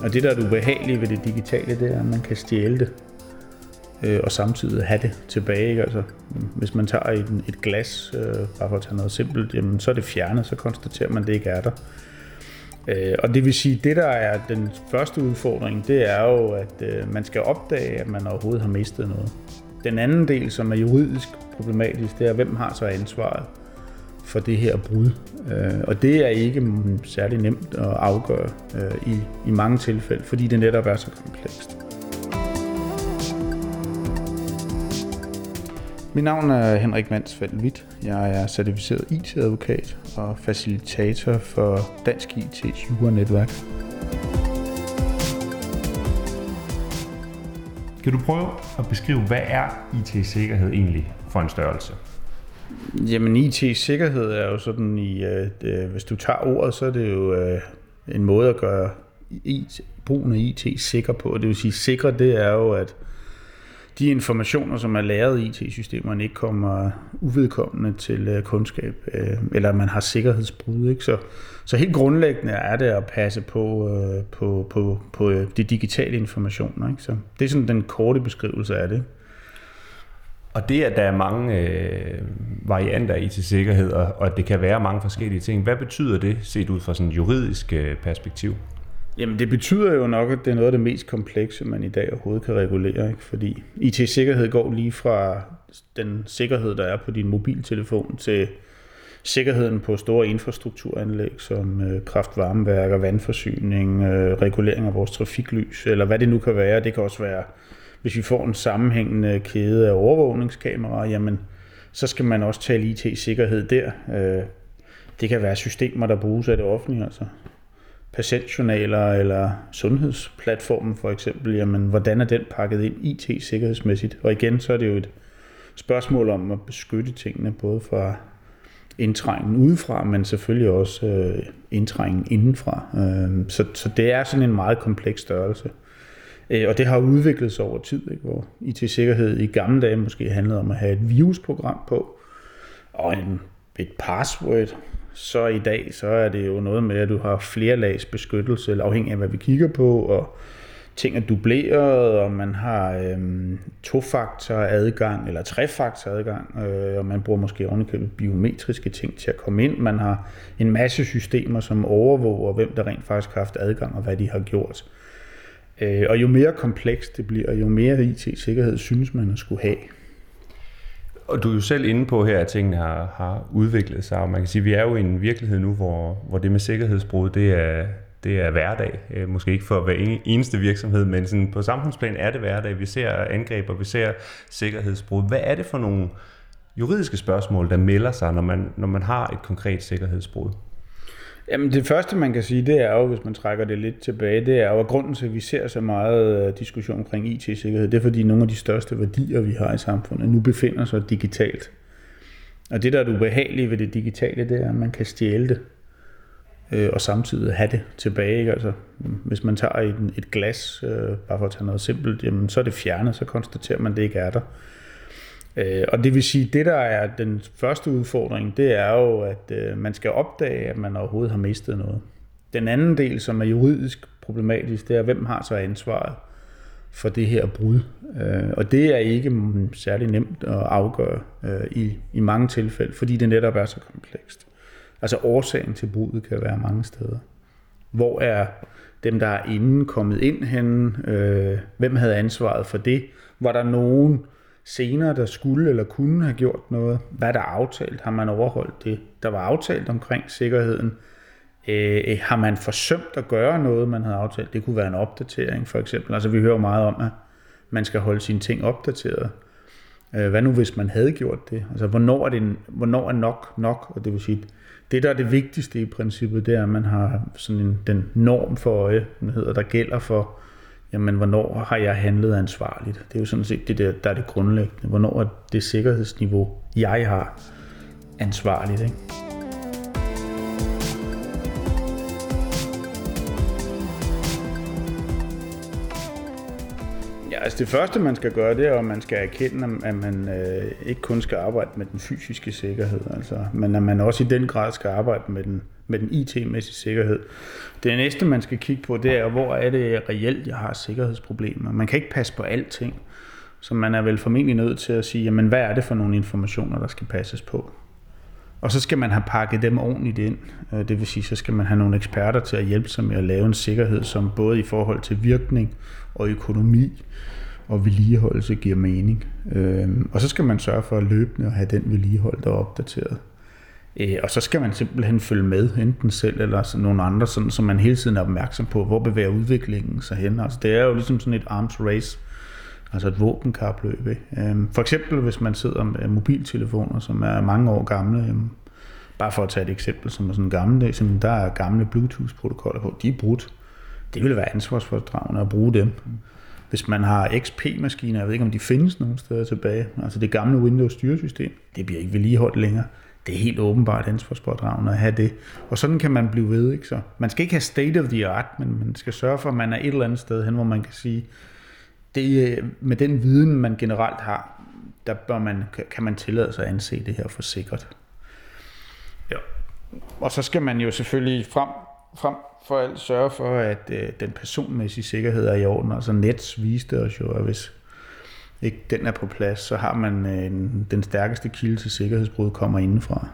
Og det, der er det ubehagelige ved det digitale, det er, at man kan stjæle det og samtidig have det tilbage. Ikke? Altså, hvis man tager et glas, bare for at tage noget simpelt, jamen, så er det fjernet, så konstaterer man, at det ikke er der. Og det vil sige, det der er den første udfordring, det er jo, at man skal opdage, at man overhovedet har mistet noget. Den anden del, som er juridisk problematisk, det er, hvem har så ansvaret for det her brud. Og det er ikke særlig nemt at afgøre i mange tilfælde, fordi det netop er så komplekst. Mit navn er Henrik Mansfeldt Hvidt. Jeg er certificeret IT-advokat og facilitator for Dansk IT's Jura-netværk. Kan du prøve at beskrive, hvad er IT-sikkerhed egentlig for en størrelse? Jamen IT-sikkerhed er jo sådan hvis du tager ordet, så er det jo en måde at gøre brugen af IT sikker på. Det vil sige sikre, det er jo, at de informationer, som er lagret i IT-systemerne, ikke kommer uvedkommende til kundskab, eller man har sikkerhedsbrud. Ikke? Så helt grundlæggende er det at passe på de digitale informationer. Ikke? Så det er sådan den korte beskrivelse af det. Og det, at der er mange varianter i IT-sikkerhed, og at det kan være mange forskellige ting, hvad betyder det set ud fra sådan et juridisk perspektiv? Jamen det betyder jo nok, at det er noget af det mest komplekse, man i dag overhovedet kan regulere. Ikke? Fordi IT-sikkerhed går lige fra den sikkerhed, der er på din mobiltelefon, til sikkerheden på store infrastrukturanlæg, som kraft-varmeværker, vandforsyning, regulering af vores trafiklys, eller hvad det nu kan være. Det kan også være, hvis vi får en sammenhængende kæde af overvågningskameraer, jamen så skal man også tale IT-sikkerhed der. Det kan være systemer, der bruges af det offentlige, altså patientjournaler eller sundhedsplatformen for eksempel, jamen hvordan er den pakket ind IT-sikkerhedsmæssigt? Og igen, så er det jo et spørgsmål om at beskytte tingene, både fra indtrængen udefra, men selvfølgelig også indtrængen indenfra. Så det er sådan en meget kompleks størrelse. Og det har udviklet sig over tid, ikke? Hvor IT-sikkerhed i gamle dage måske handlede om at have et virusprogram på, og et password. Så i dag, så er det jo noget med, at du har flere lags beskyttelse, eller afhængig af, hvad vi kigger på, og ting er dubleret, og man har tofaktor adgang, eller trefaktor adgang, og man bruger måske ovenikøbet biometriske ting til at komme ind. Man har en masse systemer, som overvåger, hvem der rent faktisk har haft adgang, og hvad de har gjort. Og jo mere komplekst det bliver, jo mere IT-sikkerhed synes man at skulle have. Og du er jo selv inde på her, at tingene har udviklet sig, og man kan sige, at vi er jo i en virkelighed nu, hvor det med sikkerhedsbrud, det er hverdag. Måske ikke for hver eneste virksomhed, men sådan på samfundsplan er det hverdag. Vi ser angreb, og vi ser sikkerhedsbrud. Hvad er det for nogle juridiske spørgsmål, der melder sig, når man har et konkret sikkerhedsbrud? Jamen det første, man kan sige, det er jo, hvis man trækker det lidt tilbage, det er jo, at grunden til, at vi ser så meget diskussion omkring IT-sikkerhed, det er, fordi nogle af de største værdier, vi har i samfundet, nu befinder sig digitalt. Og det, der er det ubehagelige ved det digitale, det er, at man kan stjæle det og samtidig have det tilbage. Ikke? Altså, hvis man tager et glas, bare for at tage noget simpelt, jamen, så er det fjernet, så konstaterer man, at det ikke er der. Og det vil sige, det der er den første udfordring, det er jo, at man skal opdage, at man overhovedet har mistet noget. Den anden del, som er juridisk problematisk, det er, hvem har så ansvaret for det her brud. Og det er ikke særlig nemt at afgøre i mange tilfælde, fordi det netop er så komplekst. Altså årsagen til bruddet kan være mange steder. Hvor er dem, der er inden kommet ind henne? Hvem havde ansvaret for det? Var der nogen senere, der skulle eller kunne have gjort noget? Hvad er der aftalt? Har man overholdt det, der var aftalt omkring sikkerheden? Har man forsømt at gøre noget, man havde aftalt? Det kunne være en opdatering for eksempel. Altså vi hører meget om, at man skal holde sine ting opdateret. Hvad nu hvis man havde gjort det? Altså hvornår er nok? Og det vil sige, det der er det vigtigste i princippet, det er, at man har sådan den norm for øje, der gælder for, jamen hvornår har jeg handlet ansvarligt? Det er jo sådan set det der er det grundlæggende. Hvornår er det sikkerhedsniveau, jeg har ansvarligt, ikke? Ja, altså det første, man skal gøre, det er, at man skal erkende, at man ikke kun skal arbejde med den fysiske sikkerhed, altså, men at man også i den grad skal arbejde med den IT-mæssige sikkerhed. Det næste, man skal kigge på, det er, hvor er det reelt, jeg har sikkerhedsproblemer. Man kan ikke passe på alting, så man er vel formentlig nødt til at sige, jamen, hvad er det for nogle informationer, der skal passes på? Og så skal man have pakket dem ordentligt ind. Det vil sige, så skal man have nogle eksperter til at hjælpe sig med at lave en sikkerhed, som både i forhold til virkning og økonomi og vedligeholdelse giver mening. Og så skal man sørge for at løbende have den vedligeholdt og opdateret. Og så skal man simpelthen følge med, enten selv eller nogle andre, sådan, så man hele tiden er opmærksom på, hvor bevæger udviklingen sig hen. Altså, det er jo ligesom sådan et arms race, altså et våbenkapløb. For eksempel, hvis man sidder med mobiltelefoner, som er mange år gamle, bare for at tage et eksempel, som er sådan gammeldags, der er gamle Bluetooth-protokoller på, de er brudt. Det vil være ansvarsfordragende at bruge dem. Hvis man har XP-maskiner, jeg ved ikke, om de findes nogen steder tilbage, altså det gamle Windows-styresystem, det bliver ikke vedligeholdt længere. Det er helt åbenbart ansvarspådragende at have det. Og sådan kan man blive ved, ikke så? Man skal ikke have state of the art, men man skal sørge for, at man er et eller andet sted hen, hvor man kan sige, det, med den viden, man generelt har, der kan man tillade sig at anse det her for sikkert. Ja. Og så skal man jo selvfølgelig frem for alt sørge for, at den personmæssige sikkerhed er i orden. Altså Nets viste os jo, at hvis ikke den er på plads, så har man den stærkeste kilde til sikkerhedsbrud kommer indenfra.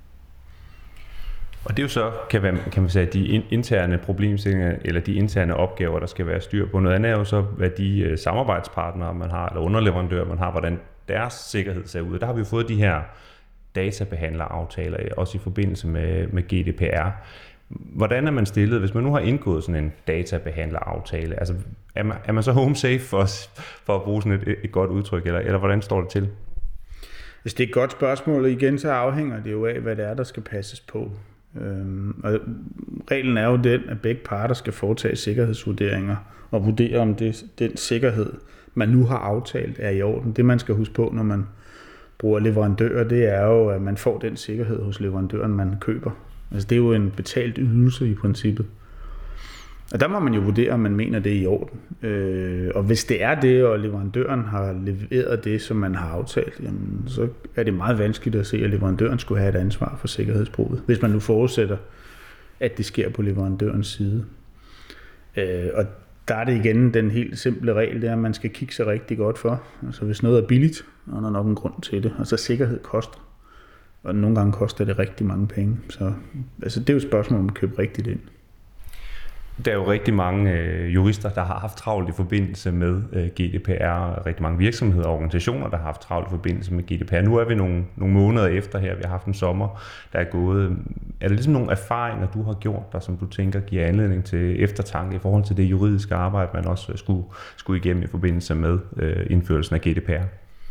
Og det er jo så, kan man sige, de interne problemstillinger, eller de interne opgaver, der skal være styr på. Noget andet er jo så, hvad de samarbejdspartnere, man har, eller underleverandører, man har, hvordan deres sikkerhed ser ud. Der har vi jo fået de her databehandleraftaler, også i forbindelse med GDPR. Hvordan er man stillet, hvis man nu har indgået sådan en databehandleraftale? Altså, er man så home safe for at bruge sådan et godt udtryk, eller hvordan står det til? Hvis det er et godt spørgsmål, og igen så afhænger det jo af, hvad det er, der skal passes på. Og reglen er jo den, at begge parter skal foretage sikkerhedsvurderinger og vurdere, om den sikkerhed, man nu har aftalt, er i orden. Det, man skal huske på, når man bruger leverandører, det er jo, at man får den sikkerhed hos leverandøren, man køber. Altså det er jo en betalt ydelse i princippet. Og der må man jo vurdere, om man mener, det er i orden. Og hvis det er det, og leverandøren har leveret det, som man har aftalt, jamen, så er det meget vanskeligt at se, at leverandøren skulle have et ansvar for sikkerhedsbruddet, hvis man nu forudsætter, at det sker på leverandørens side. Og der er det igen den helt simple regel, det er, at man skal kigge sig rigtig godt for. Altså hvis noget er billigt, og der er nok en grund til det, og så sikkerhed koster. Og nogle gange koster det rigtig mange penge. Så altså, det er jo et spørgsmål om at købe rigtigt ind. Der er jo rigtig mange jurister, der har haft travlt i forbindelse med GDPR, rigtig mange virksomheder og organisationer, der har haft travlt i forbindelse med GDPR. Nu er vi nogle måneder efter her, vi har haft en sommer, der er gået. Er det ligesom nogle erfaringer, du har gjort der, som du tænker giver anledning til eftertanke i forhold til det juridiske arbejde, man også skulle igennem i forbindelse med indførelsen af GDPR?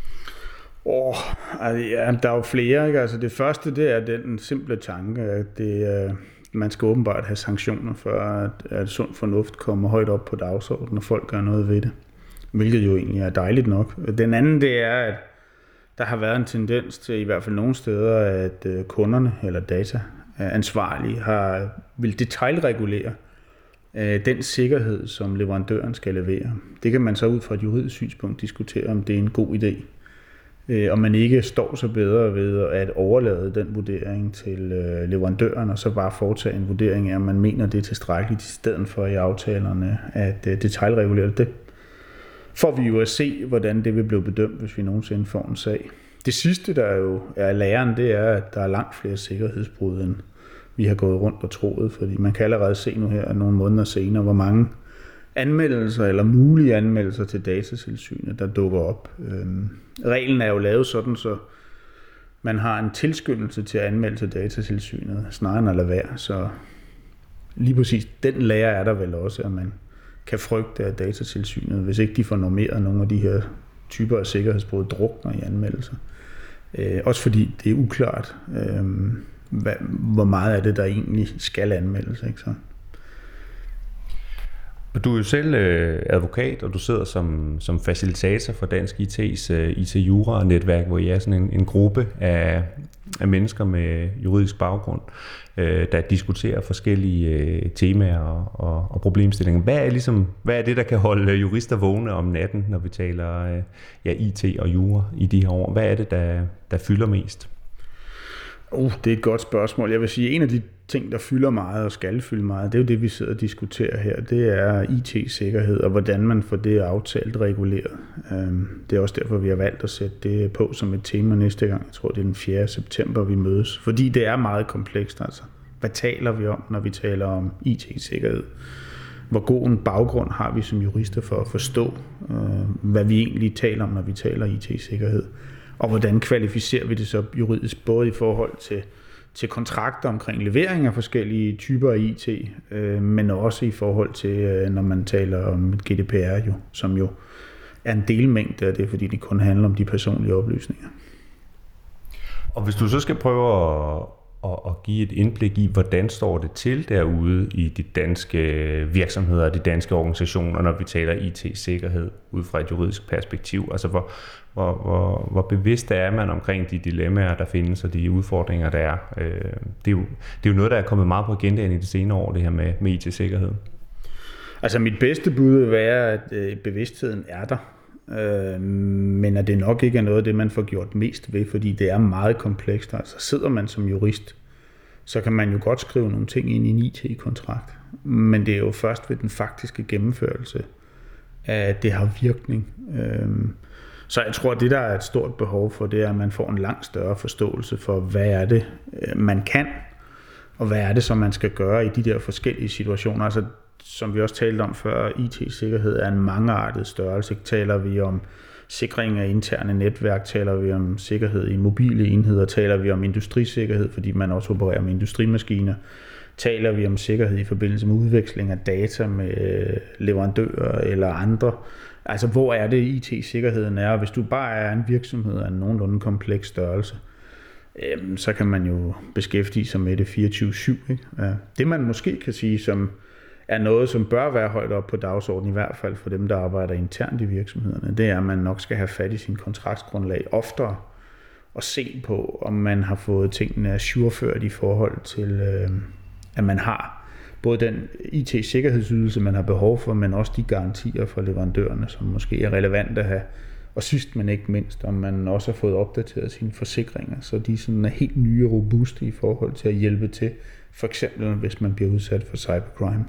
Ja, der er jo flere, ikke? Altså det første, det er den simple tanke, at man skal åbenbart have sanktioner for, at sund fornuft kommer højt op på dagsordenen, og folk gør noget ved det. Hvilket jo egentlig er dejligt nok. Den anden, det er, at der har været en tendens til, i hvert fald nogle steder, at kunderne eller dataansvarlige vil detailregulere den sikkerhed, som leverandøren skal levere. Det kan man så ud fra et juridisk synspunkt diskutere, om det er en god idé. Og man ikke står så bedre ved at overlade den vurdering til leverandøren, og så bare foretage en vurdering af, om man mener, det er tilstrækkeligt, i stedet for i aftalerne at detailregulere det. Får vi jo at se, hvordan det vil blive bedømt, hvis vi nogensinde får en sag. Det sidste, der jo er læren, det er, at der er langt flere sikkerhedsbrud, end vi har gået rundt og troet, fordi man kan allerede se nu her, nogle måneder senere, hvor mange anmeldelser eller mulige anmeldelser til Datatilsynet, der dukker op. Reglen er jo lavet sådan, så man har en tilskyndelse til at anmelde til Datatilsynet, snarere end at lade være. Så lige præcis den lære er der vel også, at man kan frygte af Datatilsynet, hvis ikke de får normeret nogle af de her typer af sikkerhedsbrud, drukner i anmeldelser. Også fordi det er uklart, hvor meget af det, der egentlig skal anmeldes, ikke så? Og du er jo selv advokat, og du sidder som facilitator for Dansk IT's IT-jura-netværk, hvor I er sådan en gruppe af af mennesker med juridisk baggrund, der diskuterer forskellige temaer og problemstillinger. Hvad er det, der kan holde jurister vågne om natten, når vi taler IT og jura i de her år? Hvad er det, der fylder mest? Det er et godt spørgsmål. Jeg vil sige, at en af de ting, der fylder meget og skal fylde meget, det er jo det, vi sidder og diskuterer her. Det er IT-sikkerhed og hvordan man får det aftalt reguleret. Det er også derfor, vi har valgt at sætte det på som et tema næste gang. Jeg tror, det er den 4. september, vi mødes. Fordi det er meget komplekst. Altså. Hvad taler vi om, når vi taler om IT-sikkerhed? Hvor god en baggrund har vi som jurister for at forstå, hvad vi egentlig taler om, når vi taler IT-sikkerhed? Og hvordan kvalificerer vi det så juridisk, både i forhold til kontrakter omkring levering af forskellige typer af IT, men også i forhold til, når man taler om GDPR, som jo er en delmængde af det, fordi det kun handler om de personlige oplysninger. Og hvis du så skal prøve at give et indblik i, hvordan står det til derude i de danske virksomheder og de danske organisationer, når vi taler IT-sikkerhed ud fra et juridisk perspektiv, altså hvor bevidst er man omkring de dilemmaer, der findes, og de udfordringer, der er. Det er jo noget, der er kommet meget på agendaen i de senere år, det her med IT-sikkerhed. Altså mit bedste bud vil være, at bevidstheden er der, men at det nok ikke er noget af det, man får gjort mest ved, fordi det er meget komplekst. Altså sidder man som jurist, så kan man jo godt skrive nogle ting ind i en IT-kontrakt, men det er jo først ved den faktiske gennemførelse, at det har virkning. Så jeg tror, at det, der er et stort behov for, det er, at man får en langt større forståelse for, hvad er det, man kan, og hvad er det, som man skal gøre i de der forskellige situationer. Altså, som vi også talte om før, IT-sikkerhed er en mangeartet størrelse. Taler vi om sikring af interne netværk, taler vi om sikkerhed i mobile enheder, taler vi om industrisikkerhed, fordi man også opererer med industrimaskiner, taler vi om sikkerhed i forbindelse med udveksling af data med leverandører eller andre. Altså, hvor er det IT-sikkerheden er? Og hvis du bare er en virksomhed af en nogenlunde kompleks størrelse, så kan man jo beskæftige sig med det 24/7. Ikke? Det man måske kan sige, som er noget, som bør være højt op på dagsordenen, i hvert fald for dem, der arbejder internt i virksomhederne, det er, at man nok skal have fat i sin kontraktsgrundlag oftere og se på, om man har fået tingene ajourført i forhold til, at man har både den IT-sikkerhedsydelse, man har behov for, men også de garantier fra leverandørerne, som måske er relevant at have. Og sidst, men ikke mindst, om man også har fået opdateret sine forsikringer, så de sådan er helt nye og robuste i forhold til at hjælpe til, for eksempel hvis man bliver udsat for cybercrime.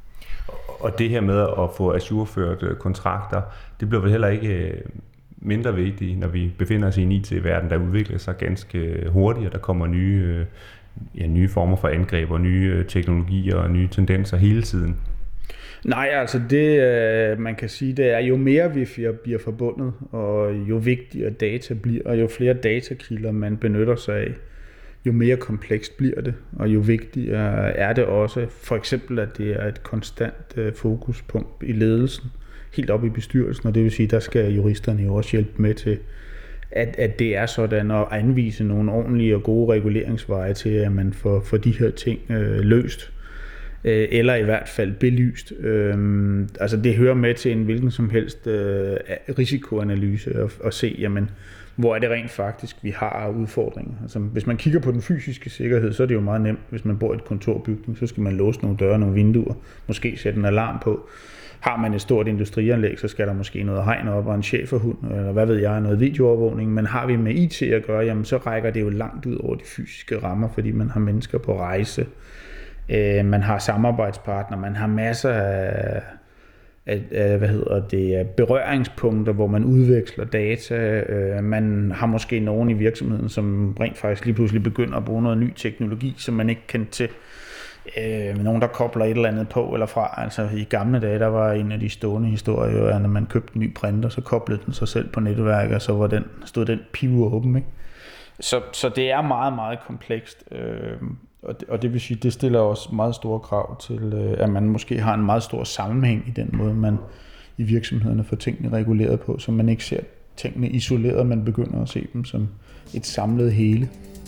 Og det her med at få ajourført kontrakter, det bliver vel heller ikke mindre vigtigt, når vi befinder os i en IT-verden, der udvikler sig ganske hurtigt, og der kommer nye former for angreb og nye teknologier og nye tendenser hele tiden. Nej, altså det man kan sige, det er, jo mere vi bliver forbundet, og jo vigtigere data bliver, og jo flere datakilder man benytter sig af, jo mere komplekst bliver det, og jo vigtigere er det også, for eksempel, at det er et konstant fokuspunkt i ledelsen, helt op i bestyrelsen, og det vil sige, der skal juristerne jo også hjælpe med til, at det er sådan, at anvise nogle ordentlige og gode reguleringsveje til, at man får de her ting løst, eller i hvert fald belyst. Altså det hører med til en hvilken som helst risikoanalyse at se, jamen, hvor er det rent faktisk, vi har udfordringer. Altså, hvis man kigger på den fysiske sikkerhed, så er det jo meget nemt. Hvis man bor i et kontorbygning, så skal man låse nogle døre, nogle vinduer, måske sætte en alarm på. Har man et stort industrianlæg, så skal der måske noget hegn op og en schæferhund, eller hvad ved jeg, noget videoovervågning. Men har vi med IT at gøre, jamen, så rækker det jo langt ud over de fysiske rammer, fordi man har mennesker på rejse. Man har samarbejdspartnere, man har masser af berøringspunkter, hvor man udveksler data. Man har måske nogen i virksomheden, som rent faktisk lige pludselig begynder at bruge noget ny teknologi, som man ikke kendte til. Nogen, der kobler et eller andet på eller fra. Altså i gamle dage, der var en af de stående historier, at når man købte en ny printer, så koblede den sig selv på netværket, og så stod den pivåben, ikke? Så det er meget, meget komplekst. Og det vil sige, det stiller også meget store krav til, at man måske har en meget stor sammenhæng i den måde, man i virksomhederne får tingene reguleret på, så man ikke ser tingene isoleret, man begynder at se dem som et samlet hele.